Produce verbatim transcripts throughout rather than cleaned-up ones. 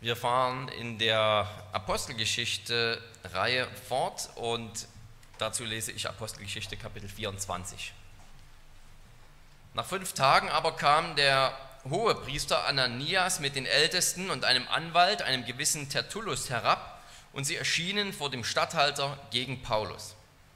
Wir fahren in der Apostelgeschichte-Reihe fort und dazu lese ich Apostelgeschichte Kapitel vierundzwanzig. Nach fünf Tagen aber kam der Hohepriester Ananias mit den Ältesten und einem Anwalt, einem gewissen Tertullus, herab, und sie erschienen vor dem Statthalter gegen Paulus.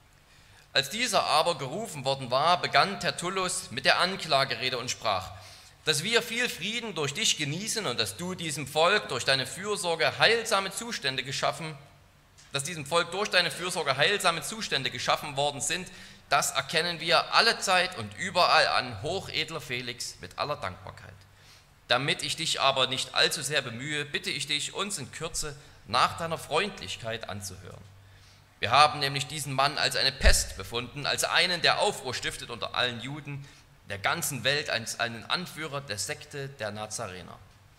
Als dieser aber gerufen worden war, begann Tertullus mit der Anklagerede und sprach: Dass wir viel Frieden durch dich genießen und dass du diesem Volk durch deine Fürsorge heilsame Zustände geschaffen, dass diesem Volk durch deine Fürsorge heilsame Zustände geschaffen worden sind, das erkennen wir allezeit und überall an, hochedler Felix, mit aller Dankbarkeit. Damit ich dich aber nicht allzu sehr bemühe, bitte ich dich, uns in Kürze nach deiner Freundlichkeit anzuhören. Wir haben nämlich diesen Mann als eine Pest befunden, als einen, der Aufruhr stiftet unter allen Juden der ganzen Welt, als einen Anführer der Sekte der Nazarener.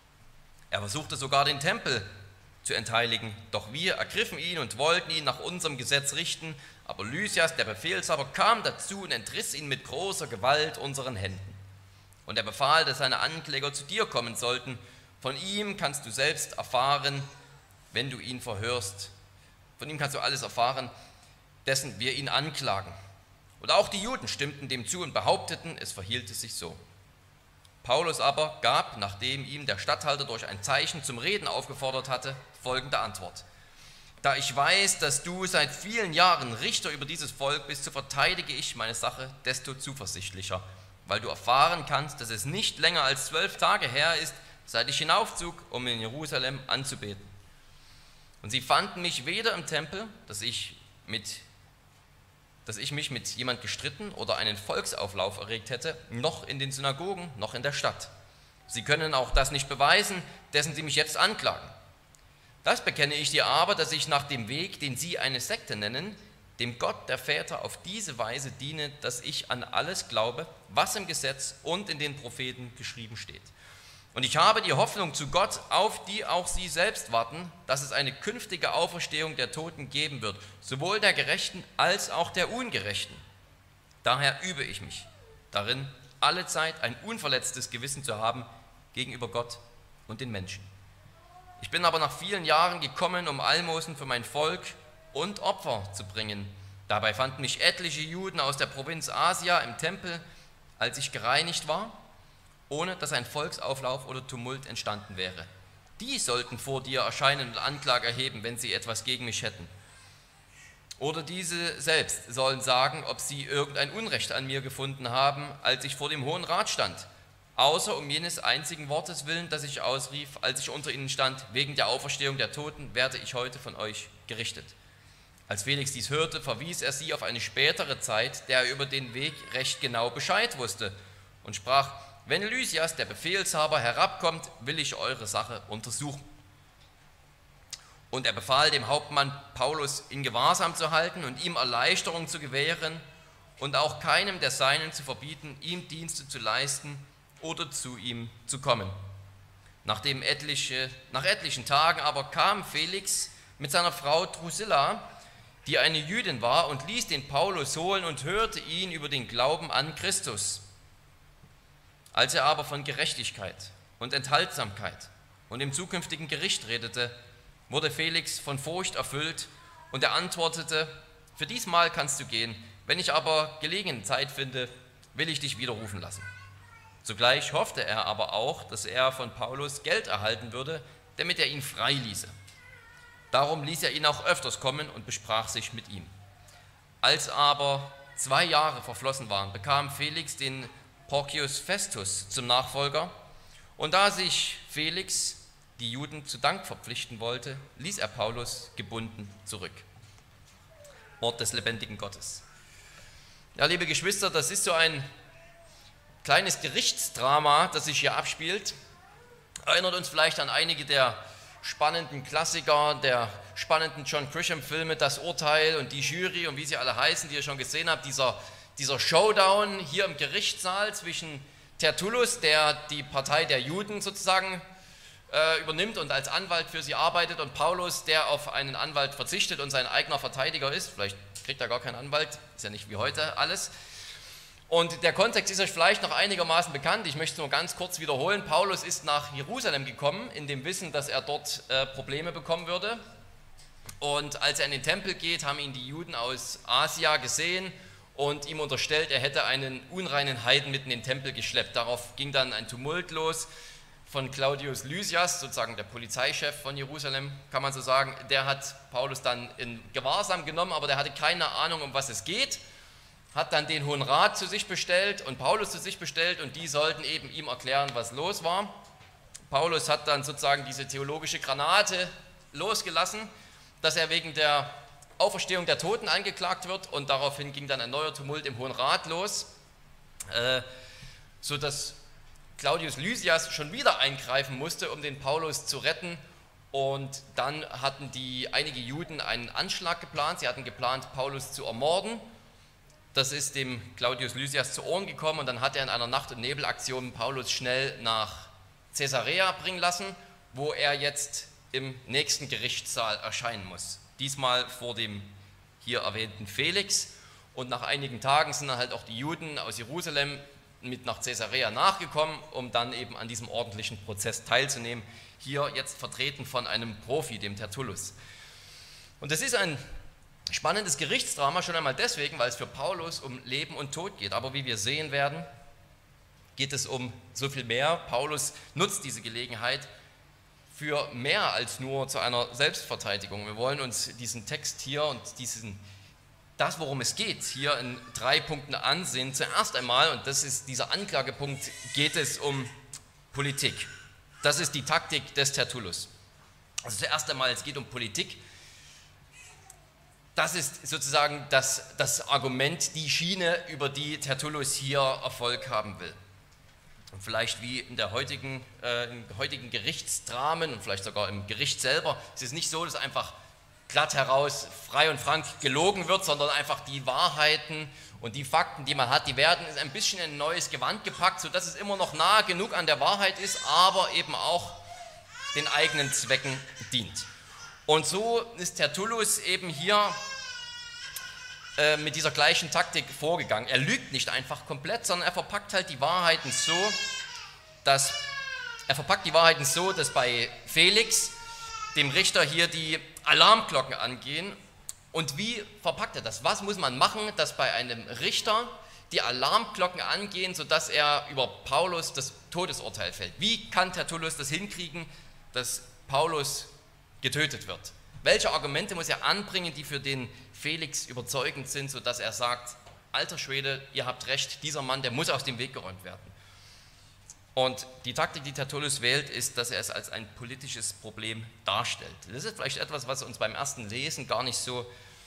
Er versuchte sogar den Tempel zu entheiligen, doch wir ergriffen ihn und wollten ihn nach unserem Gesetz richten, aber Lysias, der Befehlshaber, kam dazu und entriss ihn mit großer Gewalt unseren Händen. Und er befahl, dass seine Ankläger zu dir kommen sollten. Von ihm kannst du selbst erfahren, wenn du ihn verhörst. Von ihm kannst du alles erfahren, dessen wir ihn anklagen. Und auch die Juden stimmten dem zu und behaupteten, es verhielte sich so. Paulus aber gab, nachdem ihm der Statthalter durch ein Zeichen zum Reden aufgefordert hatte, folgende Antwort: Da ich weiß, dass du seit vielen Jahren Richter über dieses Volk bist, so verteidige ich meine Sache desto zuversichtlicher, weil du erfahren kannst, dass es nicht länger als zwölf Tage her ist, seit ich hinaufzog, um in Jerusalem anzubeten. Und sie fanden mich weder im Tempel, dass ich, mit, dass ich mich mit jemand gestritten oder einen Volksauflauf erregt hätte, noch in den Synagogen, noch in der Stadt. Sie können auch das nicht beweisen, dessen sie mich jetzt anklagen. Das bekenne ich dir aber, dass ich nach dem Weg, den sie eine Sekte nennen, dem Gott der Väter auf diese Weise diene, dass ich an alles glaube, was im Gesetz und in den Propheten geschrieben steht. Und ich habe die Hoffnung zu Gott, auf die auch sie selbst warten, dass es eine künftige Auferstehung der Toten geben wird, sowohl der Gerechten als auch der Ungerechten. Daher übe ich mich darin, allezeit ein unverletztes Gewissen zu haben gegenüber Gott und den Menschen. Ich bin aber nach vielen Jahren gekommen, um Almosen für mein Volk und Opfer zu bringen. Dabei fanden mich etliche Juden aus der Provinz Asia im Tempel, als ich gereinigt war, ohne dass ein Volksauflauf oder Tumult entstanden wäre. Die sollten vor dir erscheinen und Anklage erheben, wenn sie etwas gegen mich hätten. Oder diese selbst sollen sagen, ob sie irgendein Unrecht an mir gefunden haben, als ich vor dem Hohen Rat stand, außer um jenes einzigen Wortes willen, das ich ausrief, als ich unter ihnen stand: Wegen der Auferstehung der Toten werde ich heute von euch gerichtet. Als Felix dies hörte, verwies er sie auf eine spätere Zeit, der er über den Weg recht genau Bescheid wusste, und sprach: Wenn Lysias, der Befehlshaber, herabkommt, will ich eure Sache untersuchen. Und er befahl dem Hauptmann Paulus in Gewahrsam zu halten und ihm Erleichterung zu gewähren und auch keinem der Seinen zu verbieten, ihm Dienste zu leisten oder zu ihm zu kommen. Nachdem etliche, nach etlichen Tagen aber kam Felix mit seiner Frau Drusilla, die eine Jüdin war, und ließ den Paulus holen und hörte ihn über den Glauben an Christus. Als er aber von Gerechtigkeit und Enthaltsamkeit und dem zukünftigen Gericht redete, wurde Felix von Furcht erfüllt und er antwortete: Für diesmal kannst du gehen, wenn ich aber gelegene Zeit finde, will ich dich widerrufen lassen. Zugleich hoffte er aber auch, dass er von Paulus Geld erhalten würde, damit er ihn freiließe. Darum ließ er ihn auch öfters kommen und besprach sich mit ihm. Als aber zwei Jahre verflossen waren, bekam Felix den Porcius Festus zum Nachfolger, und da sich Felix die Juden zu Dank verpflichten wollte, ließ er Paulus gebunden zurück. Wort des lebendigen Gottes. Ja, liebe Geschwister, das ist so ein kleines Gerichtsdrama, das sich hier abspielt. Erinnert uns vielleicht an einige der spannenden Klassiker, der spannenden John Grisham-Filme, Das Urteil und die Jury und wie sie alle heißen, die ihr schon gesehen habt, dieser Dieser Showdown hier im Gerichtssaal zwischen Tertullus, der die Partei der Juden sozusagen äh, übernimmt und als Anwalt für sie arbeitet, und Paulus, der auf einen Anwalt verzichtet und sein eigener Verteidiger ist. Vielleicht kriegt er gar keinen Anwalt, ist ja nicht wie heute alles. Und der Kontext ist euch vielleicht noch einigermaßen bekannt. Ich möchte es nur ganz kurz wiederholen. Paulus ist nach Jerusalem gekommen, in dem Wissen, dass er dort äh, Probleme bekommen würde. Und als er in den Tempel geht, haben ihn die Juden aus Asia gesehen und ihm unterstellt, er hätte einen unreinen Heiden mitten in den Tempel geschleppt. Darauf ging dann ein Tumult los von Claudius Lysias, sozusagen der Polizeichef von Jerusalem, kann man so sagen. Der hat Paulus dann in Gewahrsam genommen, aber der hatte keine Ahnung, um was es geht. Hat dann den Hohen Rat zu sich bestellt und Paulus zu sich bestellt und die sollten eben ihm erklären, was los war. Paulus hat dann sozusagen diese theologische Granate losgelassen, dass er wegen der Auferstehung der Toten angeklagt wird und daraufhin ging dann ein neuer Tumult im Hohen Rat los, äh, sodass Claudius Lysias schon wieder eingreifen musste, um den Paulus zu retten. Und dann hatten die einige Juden einen Anschlag geplant, sie hatten geplant, Paulus zu ermorden. Das ist dem Claudius Lysias zu Ohren gekommen und dann hat er in einer Nacht- und Nebelaktion Paulus schnell nach Caesarea bringen lassen, wo er jetzt im nächsten Gerichtssaal erscheinen muss. Diesmal vor dem hier erwähnten Felix. Und nach einigen Tagen sind dann halt auch die Juden aus Jerusalem mit nach Caesarea nachgekommen, um dann eben an diesem ordentlichen Prozess teilzunehmen. Hier jetzt vertreten von einem Profi, dem Tertullus. Und das ist ein spannendes Gerichtsdrama, schon einmal deswegen, weil es für Paulus um Leben und Tod geht. Aber wie wir sehen werden, geht es um so viel mehr. Paulus nutzt diese Gelegenheit für mehr als nur zu einer Selbstverteidigung. Wir wollen uns diesen Text hier und diesen, das, worum es geht, hier in drei Punkten ansehen. Zuerst einmal, und das ist dieser Anklagepunkt, geht es um Politik. Das ist die Taktik des Tertullus. Also zuerst einmal, es geht um Politik. Das ist sozusagen das, das Argument, die Schiene, über die Tertullus hier Erfolg haben will. Und vielleicht wie in der heutigen, äh, in heutigen Gerichtsdramen und vielleicht sogar im Gericht selber, es ist nicht so, dass einfach glatt heraus frei und frank gelogen wird, sondern einfach die Wahrheiten und die Fakten, die man hat, die werden ein bisschen in ein neues Gewand gepackt, sodass es immer noch nah genug an der Wahrheit ist, aber eben auch den eigenen Zwecken dient. Und so ist Tertullus eben hier äh, mit dieser gleichen Taktik vorgegangen. Er lügt nicht einfach komplett, sondern er verpackt halt die Wahrheiten so, dass er verpackt die Wahrheiten so, dass bei Felix, dem Richter, hier die Alarmglocken angehen. Und wie verpackt er das? Was muss man machen, dass bei einem Richter die Alarmglocken angehen, sodass er über Paulus das Todesurteil fällt? Wie kann Tertullus das hinkriegen, dass Paulus getötet wird? Welche Argumente muss er anbringen, die für den Felix überzeugend sind, sodass er sagt, alter Schwede, ihr habt recht, dieser Mann, der muss aus dem Weg geräumt werden. Und die Taktik, die Tertullus wählt, ist, dass er es als ein politisches Problem darstellt. Das ist vielleicht etwas, was uns beim ersten Lesen gar nicht so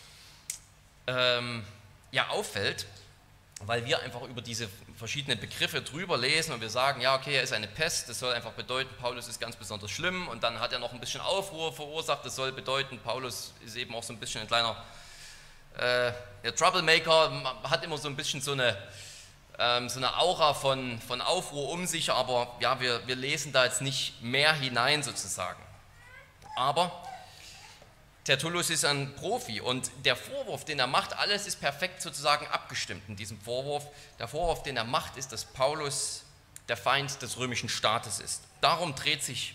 ähm, ja, auffällt, weil wir einfach über diese verschiedenen Begriffe drüber lesen und wir sagen, ja okay, er ist eine Pest, das soll einfach bedeuten, Paulus ist ganz besonders schlimm und dann hat er noch ein bisschen Aufruhr verursacht, das soll bedeuten, Paulus ist eben auch so ein bisschen ein kleiner äh, ja, Troublemaker, hat immer so ein bisschen so eine, ähm, so eine Aura von, von Aufruhr um sich, aber ja, wir, wir lesen da jetzt nicht mehr hinein sozusagen. Aber Tertullus ist ein Profi und der Vorwurf, den er macht, alles ist perfekt sozusagen abgestimmt in diesem Vorwurf. Der Vorwurf, den er macht, ist, dass Paulus der Feind des römischen Staates ist. Darum dreht sich,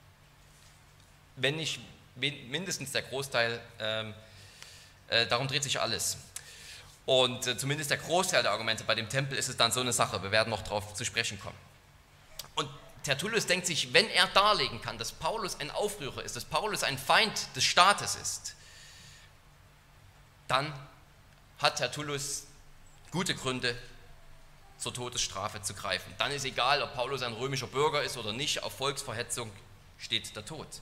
wenn nicht mindestens der Großteil, ähm, äh, darum dreht sich alles. Und äh, zumindest der Großteil der Argumente bei dem Tempel ist es dann so eine Sache. Wir werden noch darauf zu sprechen kommen. Und Tertullus denkt sich, wenn er darlegen kann, dass Paulus ein Aufrührer ist, dass Paulus ein Feind des Staates ist, dann hat Tertullus gute Gründe, zur Todesstrafe zu greifen. Dann ist egal, ob Paulus ein römischer Bürger ist oder nicht, auf Volksverhetzung steht der Tod.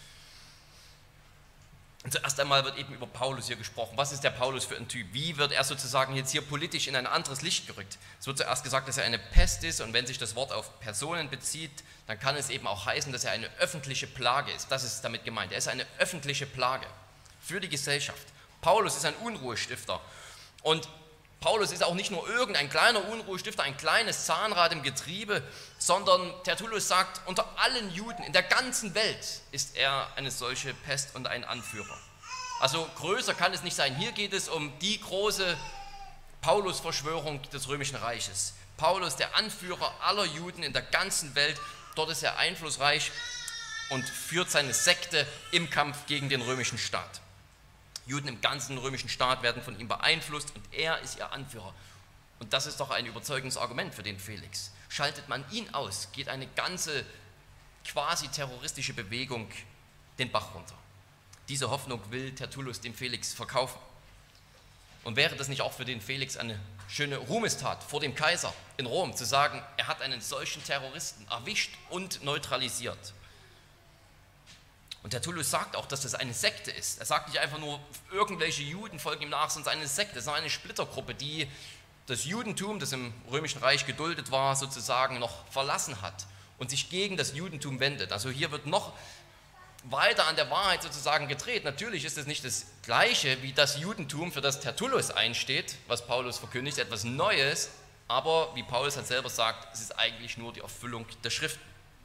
Und zuerst einmal wird eben über Paulus hier gesprochen. Was ist der Paulus für ein Typ? Wie wird er sozusagen jetzt hier politisch in ein anderes Licht gerückt? Es wird zuerst gesagt, dass er eine Pest ist und wenn sich das Wort auf Personen bezieht, dann kann es eben auch heißen, dass er eine öffentliche Plage ist. Das ist damit gemeint. Er ist eine öffentliche Plage für die Gesellschaft. Paulus ist ein Unruhestifter und Paulus ist auch nicht nur irgendein kleiner Unruhestifter, ein kleines Zahnrad im Getriebe, sondern Tertullus sagt, unter allen Juden in der ganzen Welt ist er eine solche Pest und ein Anführer. Also größer kann es nicht sein. Hier geht es um die große Paulus-Verschwörung des Römischen Reiches. Paulus, der Anführer aller Juden in der ganzen Welt, dort ist er einflussreich und führt seine Sekte im Kampf gegen den römischen Staat. Juden im ganzen römischen Staat werden von ihm beeinflusst und er ist ihr Anführer. Und das ist doch ein überzeugendes Argument für den Felix. Schaltet man ihn aus, geht eine ganze quasi terroristische Bewegung den Bach runter. Diese Hoffnung will Tertullus dem Felix verkaufen. Und wäre das nicht auch für den Felix eine schöne Ruhmestat vor dem Kaiser in Rom, zu sagen, er hat einen solchen Terroristen erwischt und neutralisiert. Und Tertullus sagt auch, dass das eine Sekte ist. Er sagt nicht einfach nur, irgendwelche Juden folgen ihm nach, sondern eine Sekte, es ist eine Splittergruppe, die das Judentum, das im Römischen Reich geduldet war, sozusagen noch verlassen hat und sich gegen das Judentum wendet. Also hier wird noch weiter an der Wahrheit sozusagen gedreht. Natürlich ist es nicht das Gleiche wie das Judentum, für das Tertullus einsteht, was Paulus verkündigt, etwas Neues, aber wie Paulus halt selber sagt, es ist eigentlich nur die Erfüllung der Schriften.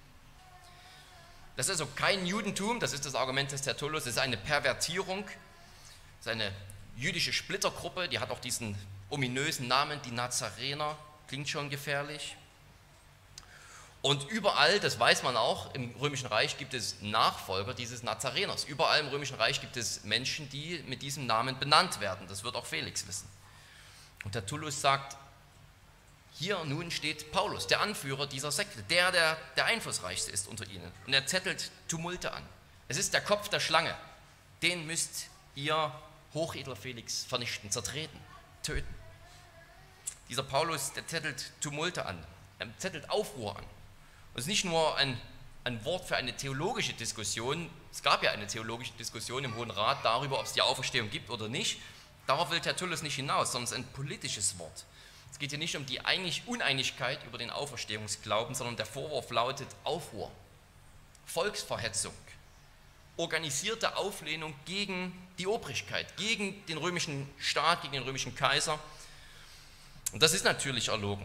Das ist also kein Judentum, das ist das Argument des Tertullus, es ist eine Pervertierung, es ist eine jüdische Splittergruppe, die hat auch diesen ominösen Namen, die Nazarener, klingt schon gefährlich. Und überall, das weiß man auch, im Römischen Reich gibt es Nachfolger dieses Nazareners. Überall im Römischen Reich gibt es Menschen, die mit diesem Namen benannt werden. Das wird auch Felix wissen. Und Tertullus sagt, hier nun steht Paulus, der Anführer dieser Sekte, der, der der einflussreichste ist unter ihnen. Und er zettelt Tumulte an. Es ist der Kopf der Schlange. Den müsst ihr, hochedler Felix, vernichten, zertreten, töten. Dieser Paulus, der zettelt Tumulte an, er zettelt Aufruhr an. Das ist nicht nur ein, ein Wort für eine theologische Diskussion. Es gab ja eine theologische Diskussion im Hohen Rat darüber, ob es die Auferstehung gibt oder nicht. Darauf will Tertullus nicht hinaus, sondern es ist ein politisches Wort. Es geht hier nicht um die Uneinigkeit über den Auferstehungsglauben, sondern der Vorwurf lautet Aufruhr, Volksverhetzung, organisierte Auflehnung gegen die Obrigkeit, gegen den römischen Staat, gegen den römischen Kaiser. Und das ist natürlich erlogen.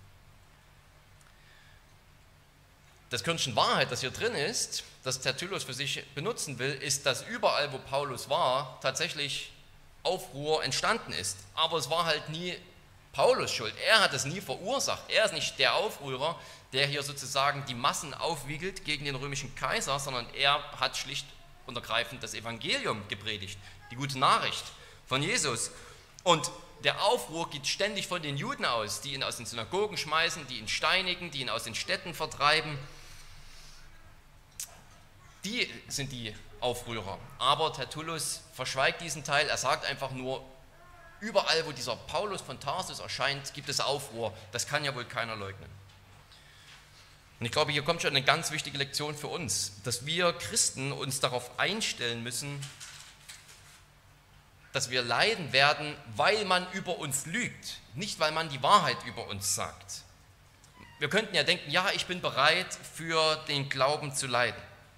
Das Körnchen Wahrheit, das hier drin ist, das Tertullus für sich benutzen will, ist, dass überall, wo Paulus war, tatsächlich Aufruhr entstanden ist. Aber es war halt nie Paulus schuld. Er hat es nie verursacht. Er ist nicht der Aufrührer, der hier sozusagen die Massen aufwiegelt gegen den römischen Kaiser, sondern er hat schlicht und ergreifend das Evangelium gepredigt, die gute Nachricht von Jesus. Und der Aufruhr geht ständig von den Juden aus, die ihn aus den Synagogen schmeißen, die ihn steinigen, die ihn aus den Städten vertreiben. Die sind die Aufrührer. Aber Tertullus verschweigt diesen Teil. Er sagt einfach nur, überall, wo dieser Paulus von Tarsus erscheint, gibt es Aufruhr. Das kann ja wohl keiner leugnen. Und ich glaube, hier kommt schon eine ganz wichtige Lektion für uns, dass wir Christen uns darauf einstellen müssen, dass wir leiden werden, weil man über uns lügt, nicht weil man die Wahrheit über uns sagt. Wir könnten ja denken, ja, ich bin bereit, für den Glauben zu leiden.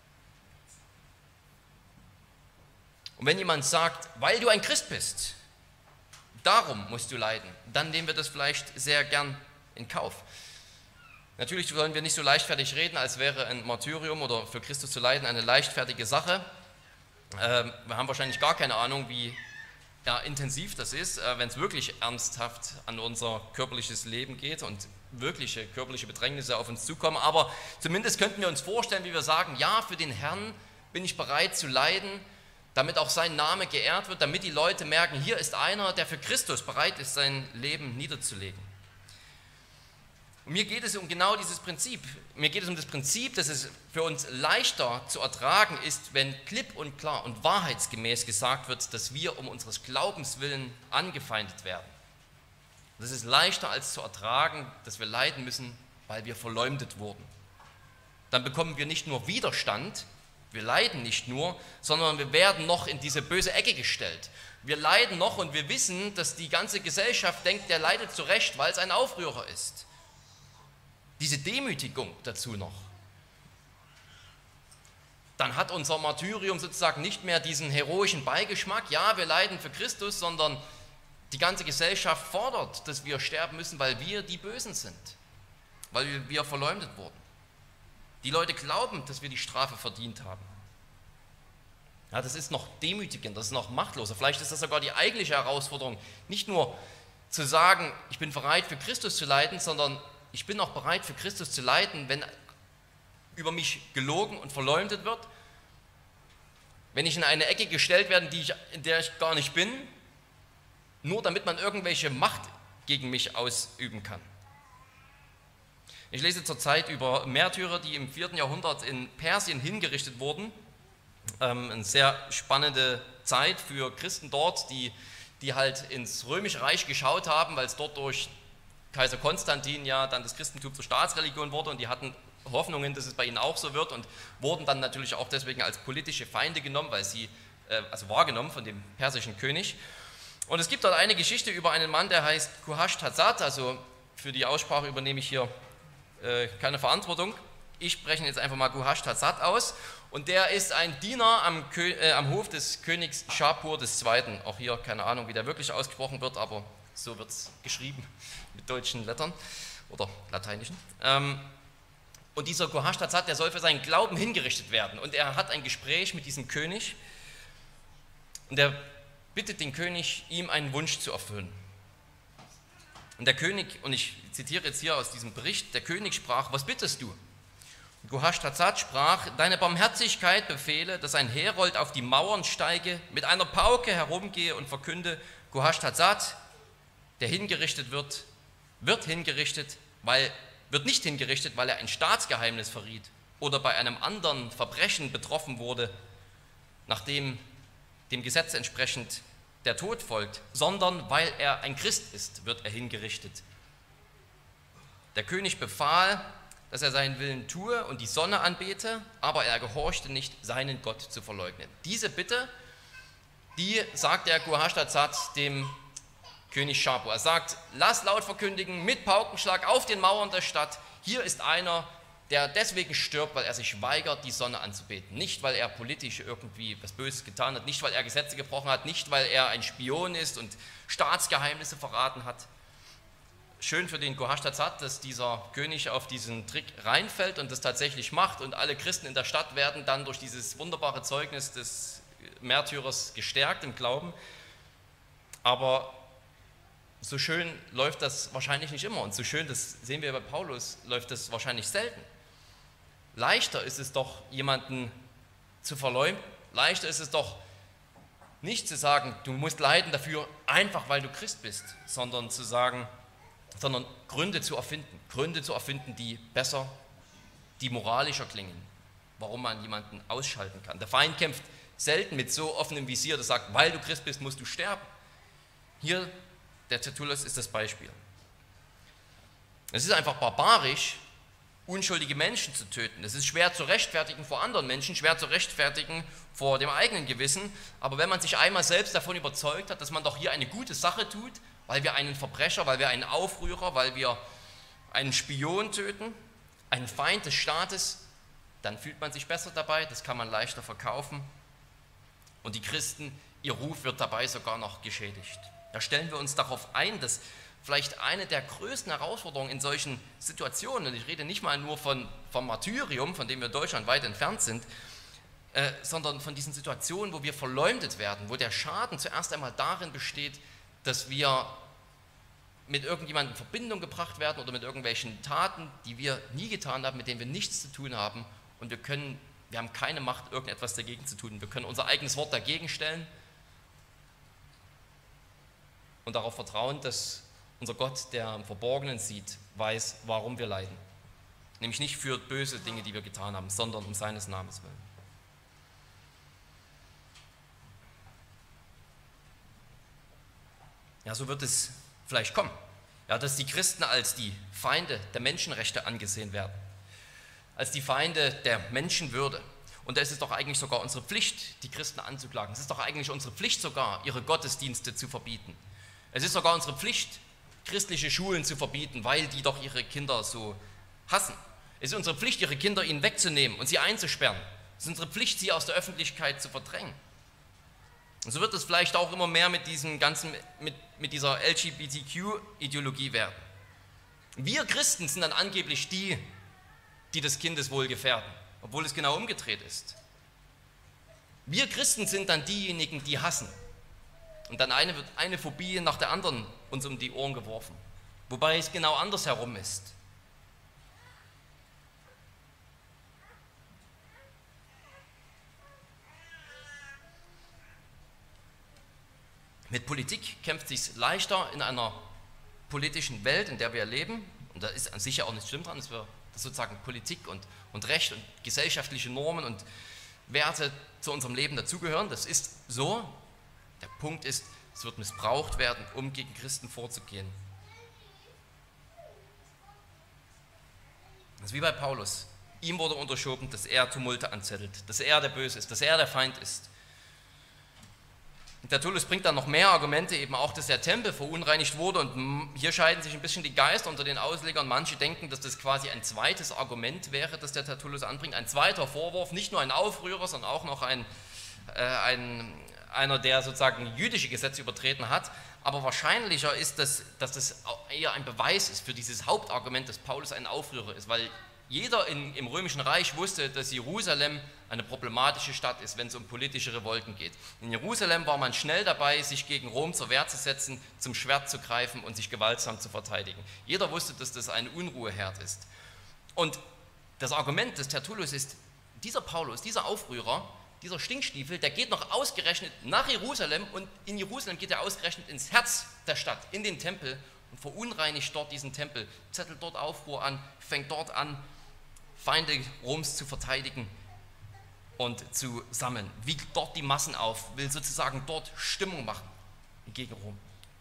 Und wenn jemand sagt, weil du ein Christ bist, darum musst du leiden, dann nehmen wir das vielleicht sehr gern in Kauf. Natürlich wollen wir nicht so leichtfertig reden, als wäre ein Martyrium oder für Christus zu leiden eine leichtfertige Sache. Wir haben wahrscheinlich gar keine Ahnung, wie ja, intensiv das ist, wenn es wirklich ernsthaft an unser körperliches Leben geht und wirkliche körperliche Bedrängnisse auf uns zukommen. Aber zumindest könnten wir uns vorstellen, wie wir sagen, ja, für den Herrn bin ich bereit zu leiden, damit auch sein Name geehrt wird, damit die Leute merken, hier ist einer, der für Christus bereit ist, sein Leben niederzulegen. Und mir geht es um genau dieses Prinzip. Mir geht es um das Prinzip, dass es für uns leichter zu ertragen ist, wenn klipp und klar und wahrheitsgemäß gesagt wird, dass wir um unseres Glaubens willen angefeindet werden. Das ist leichter als zu ertragen, dass wir leiden müssen, weil wir verleumdet wurden. Dann bekommen wir nicht nur Widerstand, wir leiden nicht nur, sondern wir werden noch in diese böse Ecke gestellt. Wir leiden noch und wir wissen, dass die ganze Gesellschaft denkt, der leidet zu Recht, weil es ein Aufrührer ist. Diese Demütigung dazu noch. Dann hat unser Martyrium sozusagen nicht mehr diesen heroischen Beigeschmack, ja, wir leiden für Christus, sondern die ganze Gesellschaft fordert, dass wir sterben müssen, weil wir die Bösen sind, weil wir verleumdet wurden. Die Leute glauben, dass wir die Strafe verdient haben. Ja, das ist noch demütigend, das ist noch machtloser. Vielleicht ist das sogar die eigentliche Herausforderung, nicht nur zu sagen, ich bin bereit für Christus zu leiden, sondern ich bin auch bereit für Christus zu leiden, wenn über mich gelogen und verleumdet wird, wenn ich in eine Ecke gestellt werde, die ich, in der ich gar nicht bin, nur damit man irgendwelche Macht gegen mich ausüben kann. Ich lese zurzeit über Märtyrer, die im vierten Jahrhundert in Persien hingerichtet wurden. Ähm, eine sehr spannende Zeit für Christen dort, die, die halt ins Römische Reich geschaut haben, weil es dort durch Kaiser Konstantin ja dann das Christentum zur Staatsreligion wurde und die hatten Hoffnungen, dass es bei ihnen auch so wird und wurden dann natürlich auch deswegen als politische Feinde genommen, weil sie, äh, also wahrgenommen von dem persischen König. Und es gibt dort eine Geschichte über einen Mann, der heißt Kuhascht-Tazat, also für die Aussprache übernehme ich hier äh, keine Verantwortung. Ich spreche jetzt einfach mal Kuhascht-Tazat aus. Und der ist ein Diener am, Kö äh, am Hof des Königs Schapur des Zweiten. Auch hier keine Ahnung, wie der wirklich ausgesprochen wird, aber so wird es geschrieben mit deutschen Lettern oder lateinischen. Ähm, und dieser Kuhascht-Tazat, der soll für seinen Glauben hingerichtet werden. Und er hat ein Gespräch mit diesem König und er bittet den König, ihm einen Wunsch zu erfüllen. Und der König, und ich zitiere jetzt hier aus diesem Bericht, der König sprach, was bittest du? Kuhascht-Tazat sprach, deine Barmherzigkeit befehle, dass ein Herold auf die Mauern steige, mit einer Pauke herumgehe und verkünde, Kuhascht-Tazat, der hingerichtet wird, wird hingerichtet, weil, wird nicht hingerichtet, weil er ein Staatsgeheimnis verriet oder bei einem anderen Verbrechen betroffen wurde, nachdem dem Gesetz entsprechend der Tod folgt, sondern weil er ein Christ ist, wird er hingerichtet. Der König befahl, dass er seinen Willen tue und die Sonne anbete, aber er gehorchte nicht, seinen Gott zu verleugnen. Diese Bitte, die sagt der Kuhascht-Tazat dem König Schapur. Er sagt, lass laut verkündigen, mit Paukenschlag auf den Mauern der Stadt, hier ist einer, der deswegen stirbt, weil er sich weigert, die Sonne anzubeten. Nicht, weil er politisch irgendwie was Böses getan hat, nicht, weil er Gesetze gebrochen hat, nicht, weil er ein Spion ist und Staatsgeheimnisse verraten hat. Schön für den Kuhascht-Tazat, dass dieser König auf diesen Trick reinfällt und das tatsächlich macht und alle Christen in der Stadt werden dann durch dieses wunderbare Zeugnis des Märtyrers gestärkt im Glauben. Aber so schön läuft das wahrscheinlich nicht immer und so schön, das sehen wir bei Paulus, läuft das wahrscheinlich selten. Leichter ist es doch, jemanden zu verleumden, leichter ist es doch, nicht zu sagen, du musst leiden dafür, einfach weil du Christ bist, sondern zu sagen, sondern Gründe zu erfinden, Gründe zu erfinden, die besser, die moralischer klingen, warum man jemanden ausschalten kann. Der Feind kämpft selten mit so offenem Visier, das sagt, weil du Christ bist, musst du sterben. Hier, der Tertullus ist das Beispiel. Es ist einfach barbarisch, unschuldige Menschen zu töten. Es ist schwer zu rechtfertigen vor anderen Menschen, schwer zu rechtfertigen vor dem eigenen Gewissen, aber wenn man sich einmal selbst davon überzeugt hat, dass man doch hier eine gute Sache tut, weil wir einen Verbrecher, weil wir einen Aufrührer, weil wir einen Spion töten, einen Feind des Staates, dann fühlt man sich besser dabei, das kann man leichter verkaufen und die Christen, ihr Ruf wird dabei sogar noch geschädigt. Da stellen wir uns darauf ein, dass vielleicht eine der größten Herausforderungen in solchen Situationen, und ich rede nicht mal nur von, vom Martyrium, von dem wir deutschlandweit entfernt sind, äh, sondern von diesen Situationen, wo wir verleumdet werden, wo der Schaden zuerst einmal darin besteht, dass wir mit irgendjemandem in Verbindung gebracht werden oder mit irgendwelchen Taten, die wir nie getan haben, mit denen wir nichts zu tun haben und wir können, wir haben keine Macht, irgendetwas dagegen zu tun. Wir können unser eigenes Wort dagegen stellen und darauf vertrauen, dass unser Gott, der im Verborgenen sieht, weiß, warum wir leiden. Nämlich nicht für böse Dinge, die wir getan haben, sondern um seines Namens willen. Ja, so wird es vielleicht kommen, ja, dass die Christen als die Feinde der Menschenrechte angesehen werden, als die Feinde der Menschenwürde. Und da ist es doch eigentlich sogar unsere Pflicht, die Christen anzuklagen. Es ist doch eigentlich unsere Pflicht sogar, ihre Gottesdienste zu verbieten. Es ist sogar unsere Pflicht, christliche Schulen zu verbieten, weil die doch ihre Kinder so hassen. Es ist unsere Pflicht, ihre Kinder ihnen wegzunehmen und sie einzusperren. Es ist unsere Pflicht, sie aus der Öffentlichkeit zu verdrängen. Und so wird es vielleicht auch immer mehr mit, diesem ganzen, mit, mit dieser L G B T Q-Ideologie werden. Wir Christen sind dann angeblich die, die das Kindeswohl gefährden, obwohl es genau umgedreht ist. Wir Christen sind dann diejenigen, die hassen. Und dann eine, wird eine Phobie nach der anderen uns um die Ohren geworfen. Wobei es genau andersherum ist. Mit Politik kämpft es sich leichter in einer politischen Welt, in der wir leben. Und da ist an sich ja auch nichts schlimm dran, dass wir dass sozusagen Politik und, und Recht und gesellschaftliche Normen und Werte zu unserem Leben dazugehören. Das ist so. Der Punkt ist, es wird missbraucht werden, um gegen Christen vorzugehen. Das ist wie bei Paulus. Ihm wurde unterschoben, dass er Tumulte anzettelt, dass er der Böse ist, dass er der Feind ist. Und Tertullus bringt dann noch mehr Argumente, eben auch, dass der Tempel verunreinigt wurde. Und hier scheiden sich ein bisschen die Geister unter den Auslegern. Manche denken, dass das quasi ein zweites Argument wäre, das der Tertullus anbringt. Ein zweiter Vorwurf, nicht nur ein Aufrührer, sondern auch noch ein, äh, ein, einer, der sozusagen jüdische Gesetze übertreten hat. Aber wahrscheinlicher ist, dass, dass das eher ein Beweis ist für dieses Hauptargument, dass Paulus ein Aufrührer ist. Weil jeder in, im Römischen Reich wusste, dass Jerusalem eine problematische Stadt ist, wenn es um politische Revolten geht. In Jerusalem war man schnell dabei, sich gegen Rom zur Wehr zu setzen, zum Schwert zu greifen und sich gewaltsam zu verteidigen. Jeder wusste, dass das ein Unruheherd ist. Und das Argument des Tertullus ist, dieser Paulus, dieser Aufrührer, dieser Stinkstiefel, der geht noch ausgerechnet nach Jerusalem und in Jerusalem geht er ausgerechnet ins Herz der Stadt, in den Tempel und verunreinigt dort diesen Tempel, zettelt dort Aufruhr an, fängt dort an, Feinde Roms zu verteidigen und zu sammeln, wiegt dort die Massen auf, will sozusagen dort Stimmung machen gegen Rom.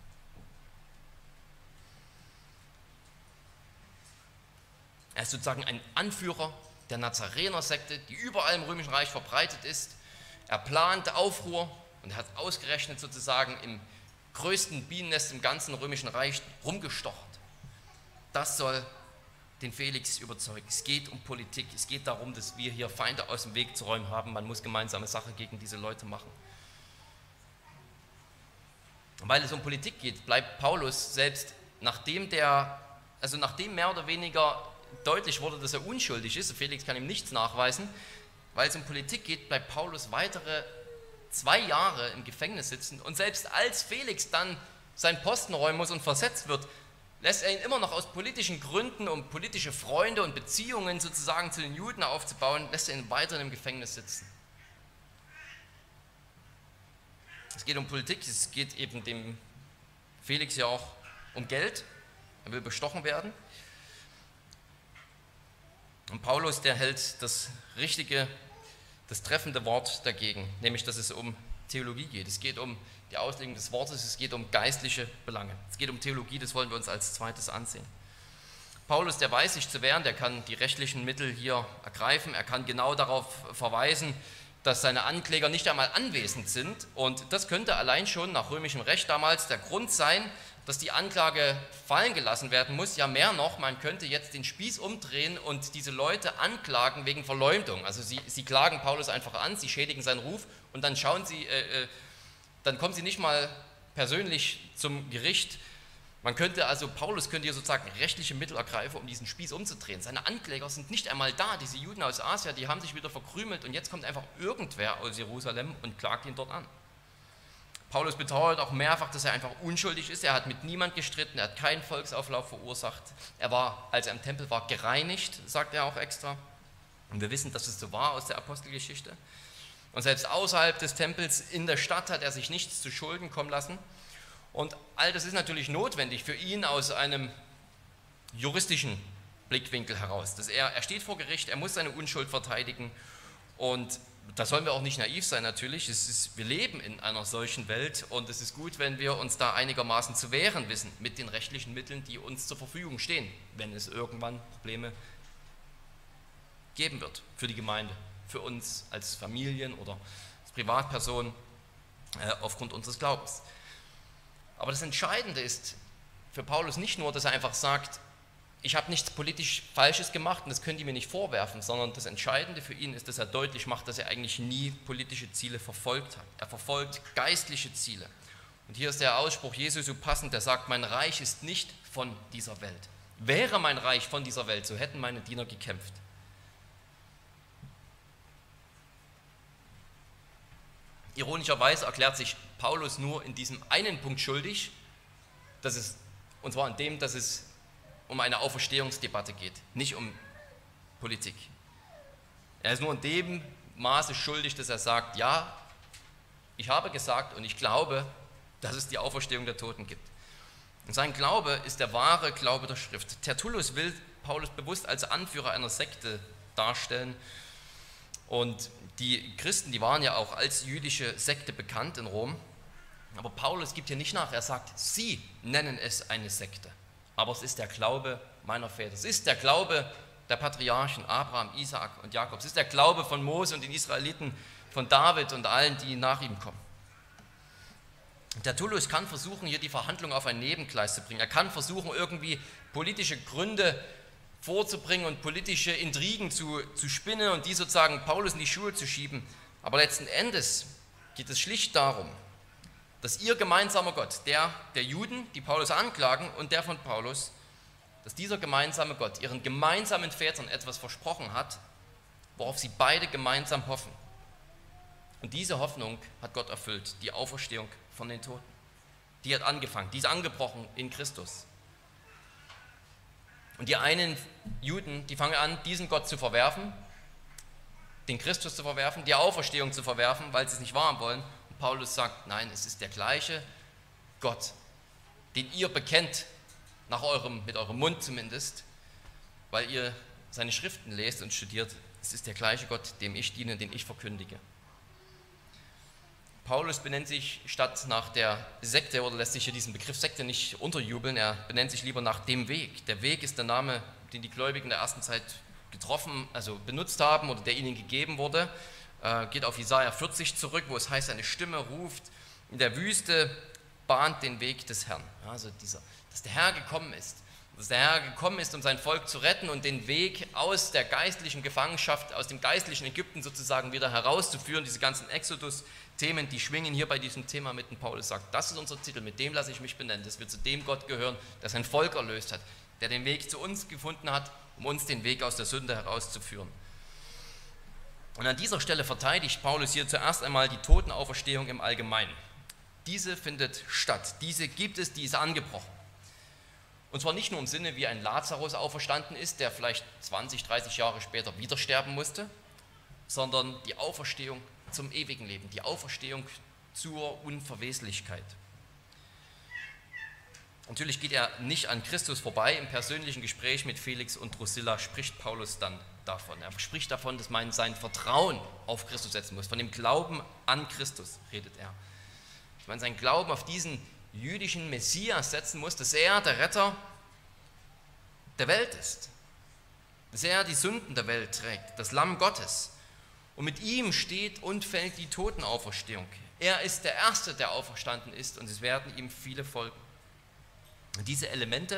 Er ist sozusagen ein Anführer der Nazarener-Sekte, die überall im Römischen Reich verbreitet ist. Er plant Aufruhr und er hat ausgerechnet sozusagen im größten Bienennest im ganzen Römischen Reich rumgestochert. Das soll den Felix überzeugen. Es geht um Politik, es geht darum, dass wir hier Feinde aus dem Weg zu räumen haben. Man muss gemeinsame Sache gegen diese Leute machen. Und weil es um Politik geht, bleibt Paulus selbst, nachdem der, also nachdem mehr oder weniger deutlich wurde, dass er unschuldig ist, Felix kann ihm nichts nachweisen, weil es um Politik geht, bleibt Paulus weitere zwei Jahre im Gefängnis sitzen und selbst als Felix dann seinen Posten räumen muss und versetzt wird, lässt er ihn immer noch aus politischen Gründen, um politische Freunde und Beziehungen sozusagen zu den Juden aufzubauen, lässt er ihn weiter im Gefängnis sitzen. Es geht um Politik, es geht eben dem Felix ja auch um Geld, er will bestochen werden. Und Paulus, der hält das richtige, das treffende Wort dagegen, nämlich dass es um Theologie geht. Es geht um die Auslegung des Wortes, es geht um geistliche Belange. Es geht um Theologie, das wollen wir uns als zweites ansehen. Paulus, der weiß sich zu wehren, der kann die rechtlichen Mittel hier ergreifen, er kann genau darauf verweisen, dass seine Ankläger nicht einmal anwesend sind und das könnte allein schon nach römischem Recht damals der Grund sein, dass die Anklage fallen gelassen werden muss. Ja, mehr noch, man könnte jetzt den Spieß umdrehen und diese Leute anklagen wegen Verleumdung. Also sie, sie klagen Paulus einfach an, sie schädigen seinen Ruf und dann schauen sie, äh, äh, dann kommen sie nicht mal persönlich zum Gericht. Man könnte also, Paulus könnte hier sozusagen rechtliche Mittel ergreifen, um diesen Spieß umzudrehen. Seine Ankläger sind nicht einmal da, diese Juden aus Asien, die haben sich wieder verkrümelt und jetzt kommt einfach irgendwer aus Jerusalem und klagt ihn dort an. Paulus beteuert auch mehrfach, dass er einfach unschuldig ist. Er hat mit niemand gestritten, er hat keinen Volksauflauf verursacht. Er war, als er im Tempel war, gereinigt, sagt er auch extra. Und wir wissen, dass es so war aus der Apostelgeschichte. Und selbst außerhalb des Tempels in der Stadt hat er sich nichts zu Schulden kommen lassen. Und all das ist natürlich notwendig für ihn aus einem juristischen Blickwinkel heraus. Dass er, er steht vor Gericht, er muss seine Unschuld verteidigen und da sollen wir auch nicht naiv sein natürlich. Es ist, wir leben in einer solchen Welt und es ist gut, wenn wir uns da einigermaßen zu wehren wissen mit den rechtlichen Mitteln, die uns zur Verfügung stehen, wenn es irgendwann Probleme geben wird für die Gemeinde, für uns als Familien oder als Privatpersonen äh, aufgrund unseres Glaubens. Aber das Entscheidende ist für Paulus nicht nur, dass er einfach sagt, ich habe nichts politisch Falsches gemacht und das könnt ihr mir nicht vorwerfen, sondern das Entscheidende für ihn ist, dass er deutlich macht, dass er eigentlich nie politische Ziele verfolgt hat. Er verfolgt geistliche Ziele. Und hier ist der Ausspruch Jesu so passend, der sagt, mein Reich ist nicht von dieser Welt. Wäre mein Reich von dieser Welt, so hätten meine Diener gekämpft. Ironischerweise erklärt sich Paulus nur in diesem einen Punkt schuldig, dass es, und zwar in dem, dass es um eine Auferstehungsdebatte geht, nicht um Politik. Er ist nur in dem Maße schuldig, dass er sagt, ja, ich habe gesagt und ich glaube, dass es die Auferstehung der Toten gibt. Und sein Glaube ist der wahre Glaube der Schrift. Tertullus will Paulus bewusst als Anführer einer Sekte darstellen. Und die Christen, die waren ja auch als jüdische Sekte bekannt in Rom. Aber Paulus gibt hier nicht nach. Er sagt, sie nennen es eine Sekte. Aber es ist der Glaube meiner Väter. Es ist der Glaube der Patriarchen Abraham, Isaak und Jakob. Es ist der Glaube von Mose und den Israeliten, von David und allen, die nach ihm kommen. Tertullus kann versuchen, hier die Verhandlung auf ein Nebengleis zu bringen. Er kann versuchen, irgendwie politische Gründe vorzubringen und politische Intrigen zu, zu spinnen und die sozusagen Paulus in die Schuhe zu schieben. Aber letzten Endes geht es schlicht darum, dass ihr gemeinsamer Gott, der der Juden, die Paulus anklagen, und der von Paulus, dass dieser gemeinsame Gott ihren gemeinsamen Vätern etwas versprochen hat, worauf sie beide gemeinsam hoffen. Und diese Hoffnung hat Gott erfüllt, die Auferstehung von den Toten. Die hat angefangen, die ist angebrochen in Christus. Und die einen Juden, die fangen an, diesen Gott zu verwerfen, den Christus zu verwerfen, die Auferstehung zu verwerfen, weil sie es nicht wahren wollen. Und Paulus sagt, nein, es ist der gleiche Gott, den ihr bekennt, nach eurem, mit eurem Mund zumindest, weil ihr seine Schriften lest und studiert. Es ist der gleiche Gott, dem ich diene, den ich verkündige. Paulus benennt sich statt nach der Sekte, oder lässt sich hier diesen Begriff Sekte nicht unterjubeln, er benennt sich lieber nach dem Weg. Der Weg ist der Name, den die Gläubigen der ersten Zeit getroffen, also benutzt haben oder der ihnen gegeben wurde. Äh, geht auf Jesaja vierzig zurück, wo es heißt, eine Stimme ruft, in der Wüste bahnt den Weg des Herrn. Ja, also dieser, dass der Herr gekommen ist. Dass der Herr gekommen ist, um sein Volk zu retten und den Weg aus der geistlichen Gefangenschaft, aus dem geistlichen Ägypten sozusagen wieder herauszuführen. Diese ganzen Exodus-Themen, die schwingen hier bei diesem Thema mit. Und Paulus sagt, das ist unser Titel, mit dem lasse ich mich benennen, dass wir zu dem Gott gehören, der sein Volk erlöst hat, der den Weg zu uns gefunden hat, um uns den Weg aus der Sünde herauszuführen. Und an dieser Stelle verteidigt Paulus hier zuerst einmal die Totenauferstehung im Allgemeinen. Diese findet statt, diese gibt es, die ist angebrochen. Und zwar nicht nur im Sinne, wie ein Lazarus auferstanden ist, der vielleicht zwanzig, dreißig Jahre später wieder sterben musste, sondern die Auferstehung zum ewigen Leben, die Auferstehung zur Unverweslichkeit. Natürlich geht er nicht an Christus vorbei. Im persönlichen Gespräch mit Felix und Drusilla spricht Paulus dann davon. Er spricht davon, dass man sein Vertrauen auf Christus setzen muss. Von dem Glauben an Christus redet er. Dass man seinen Glauben auf diesen jüdischen Messias setzen muss, dass er der Retter der Welt ist, dass er die Sünden der Welt trägt, das Lamm Gottes. Und mit ihm steht und fällt die Totenauferstehung. Er ist der Erste, der auferstanden ist, und es werden ihm viele folgen. Und diese Elemente,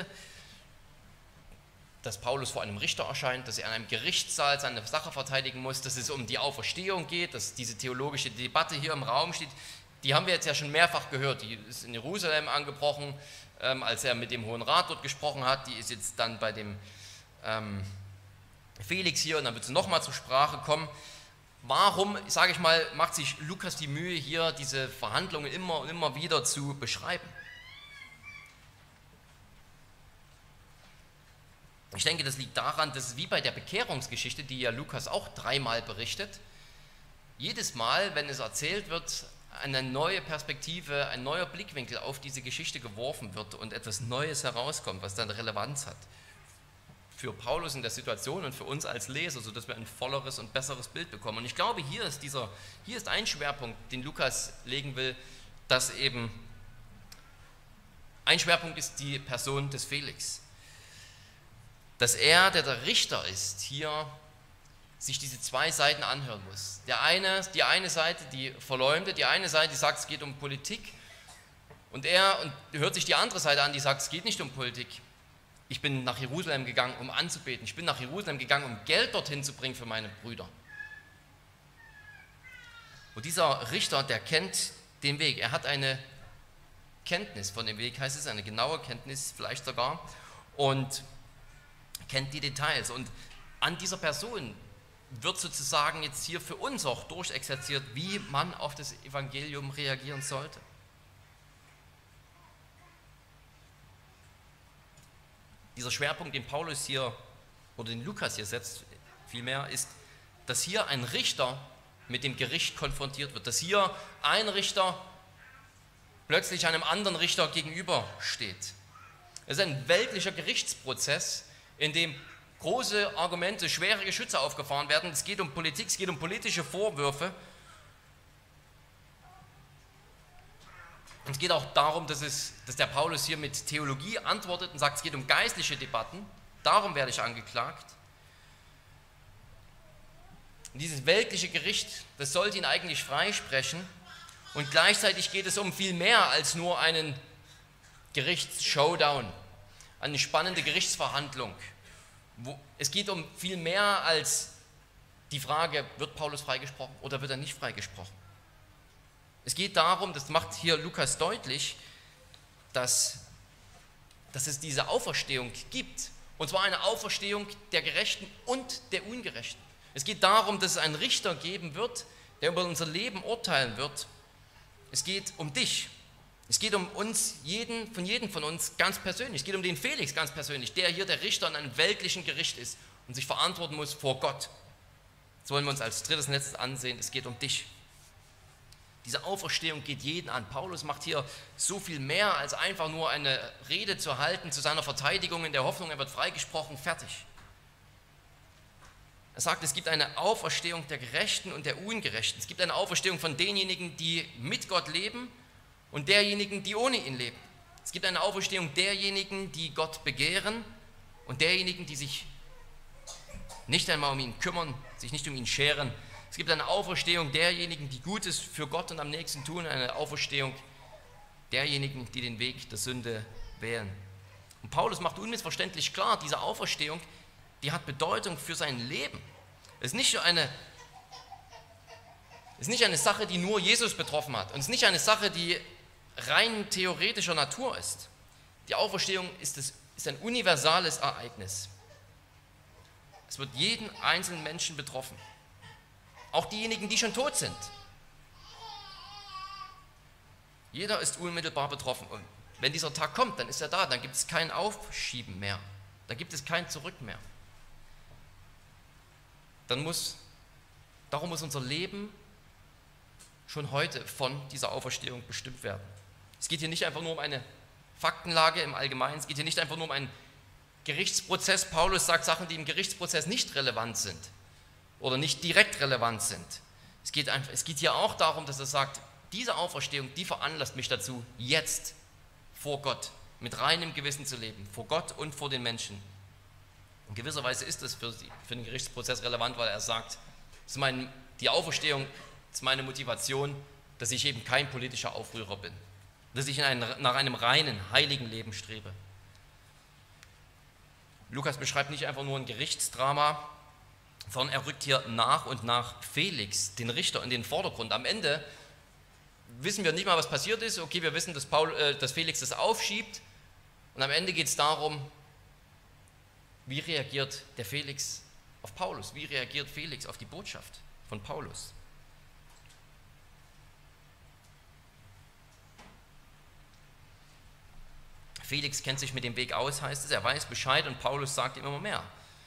dass Paulus vor einem Richter erscheint, dass er in einem Gerichtssaal seine Sache verteidigen muss, dass es um die Auferstehung geht, dass diese theologische Debatte hier im Raum steht, die haben wir jetzt ja schon mehrfach gehört. Die ist in Jerusalem angebrochen, ähm, als er mit dem Hohen Rat dort gesprochen hat. Die ist jetzt dann bei dem ähm, Felix hier, und dann wird sie nochmal zur Sprache kommen. Warum, sage ich mal, macht sich Lukas die Mühe, hier diese Verhandlungen immer und immer wieder zu beschreiben? Ich denke, das liegt daran, dass wie bei der Bekehrungsgeschichte, die ja Lukas auch dreimal berichtet, jedes Mal, wenn es erzählt wird, eine neue Perspektive, ein neuer Blickwinkel auf diese Geschichte geworfen wird und etwas Neues herauskommt, was dann Relevanz hat für Paulus in der Situation und für uns als Leser, sodass wir ein volleres und besseres Bild bekommen. Und ich glaube, hier ist, dieser, hier ist ein Schwerpunkt, den Lukas legen will, dass eben ein Schwerpunkt ist die Person des Felix. Dass er, der der Richter ist, hier sich diese zwei Seiten anhören muss. Der eine, die eine Seite, die verleumdet, die eine Seite, die sagt, es geht um Politik, und er und hört sich die andere Seite an, die sagt, es geht nicht um Politik. Ich bin nach Jerusalem gegangen, um anzubeten. Ich bin nach Jerusalem gegangen, um Geld dorthin zu bringen für meine Brüder. Und dieser Richter, der kennt den Weg. Er hat eine Kenntnis von dem Weg, heißt es, eine genaue Kenntnis vielleicht sogar, und kennt die Details. Und an dieser Person wird sozusagen jetzt hier für uns auch durchexerziert, wie man auf das Evangelium reagieren sollte. Dieser Schwerpunkt, den Paulus hier oder den Lukas hier setzt, vielmehr, ist, dass hier ein Richter mit dem Gericht konfrontiert wird, dass hier ein Richter plötzlich einem anderen Richter gegenübersteht. Es ist ein weltlicher Gerichtsprozess, in dem große Argumente, schwere Geschütze aufgefahren werden. Es geht um Politik, es geht um politische Vorwürfe. Und es geht auch darum, dass, es, dass der Paulus hier mit Theologie antwortet und sagt, es geht um geistliche Debatten. Darum werde ich angeklagt. Und dieses weltliche Gericht, das sollte ihn eigentlich freisprechen. Und gleichzeitig geht es um viel mehr als nur einen Gerichtsshowdown, eine spannende Gerichtsverhandlung. Wo, es geht um viel mehr als die Frage, wird Paulus freigesprochen oder wird er nicht freigesprochen. Es geht darum, das macht hier Lukas deutlich, dass, dass es diese Auferstehung gibt. Und zwar eine Auferstehung der Gerechten und der Ungerechten. Es geht darum, dass es einen Richter geben wird, der über unser Leben urteilen wird. Es geht um dich. Es geht um uns, jeden, von jedem von uns ganz persönlich. Es geht um den Felix ganz persönlich, der hier der Richter an einem weltlichen Gericht ist und sich verantworten muss vor Gott. Das wollen wir uns als drittes und letztes ansehen. Es geht um dich. Diese Auferstehung geht jeden an. Paulus macht hier so viel mehr, als einfach nur eine Rede zu halten zu seiner Verteidigung in der Hoffnung, er wird freigesprochen, fertig. Er sagt, es gibt eine Auferstehung der Gerechten und der Ungerechten. Es gibt eine Auferstehung von denjenigen, die mit Gott leben, und derjenigen, die ohne ihn leben. Es gibt eine Auferstehung derjenigen, die Gott begehren, und derjenigen, die sich nicht einmal um ihn kümmern, sich nicht um ihn scheren. Es gibt eine Auferstehung derjenigen, die Gutes für Gott und am nächsten tun, eine Auferstehung derjenigen, die den Weg der Sünde wählen. Und Paulus macht unmissverständlich klar, diese Auferstehung, die hat Bedeutung für sein Leben. Es ist nicht eine Es ist nicht eine Sache, die nur Jesus betroffen hat. Und es ist nicht eine Sache, die rein theoretischer Natur ist. Die Auferstehung ist, es, ist ein universales Ereignis. Es wird jeden einzelnen Menschen betroffen. Auch diejenigen, die schon tot sind. Jeder ist unmittelbar betroffen. Und wenn dieser Tag kommt, dann ist er da. Dann gibt es kein Aufschieben mehr. Dann gibt es kein Zurück mehr. Dann muss, darum muss unser Leben schon heute von dieser Auferstehung bestimmt werden. Es geht hier nicht einfach nur um eine Faktenlage im Allgemeinen, es geht hier nicht einfach nur um einen Gerichtsprozess. Paulus sagt Sachen, die im Gerichtsprozess nicht relevant sind oder nicht direkt relevant sind. Es geht, einfach, es geht hier auch darum, dass er sagt, diese Auferstehung, die veranlasst mich dazu, jetzt vor Gott mit reinem Gewissen zu leben, vor Gott und vor den Menschen. In gewisser Weise ist das für, für den Gerichtsprozess relevant, weil er sagt, das ist mein, die Auferstehung ist meine Motivation, dass ich eben kein politischer Aufrührer bin, dass ich in ein, nach einem reinen, heiligen Leben strebe. Lukas beschreibt nicht einfach nur ein Gerichtsdrama, sondern er rückt hier nach und nach Felix, den Richter, in den Vordergrund. Am Ende wissen wir nicht mal, was passiert ist. Okay, wir wissen, dass, Paul, äh, dass Felix das aufschiebt. Und am Ende geht es darum, wie reagiert der Felix auf Paulus? Wie reagiert Felix auf die Botschaft von Paulus? Felix kennt sich mit dem Weg aus, heißt es, er weiß Bescheid und Paulus sagt ihm immer mehr.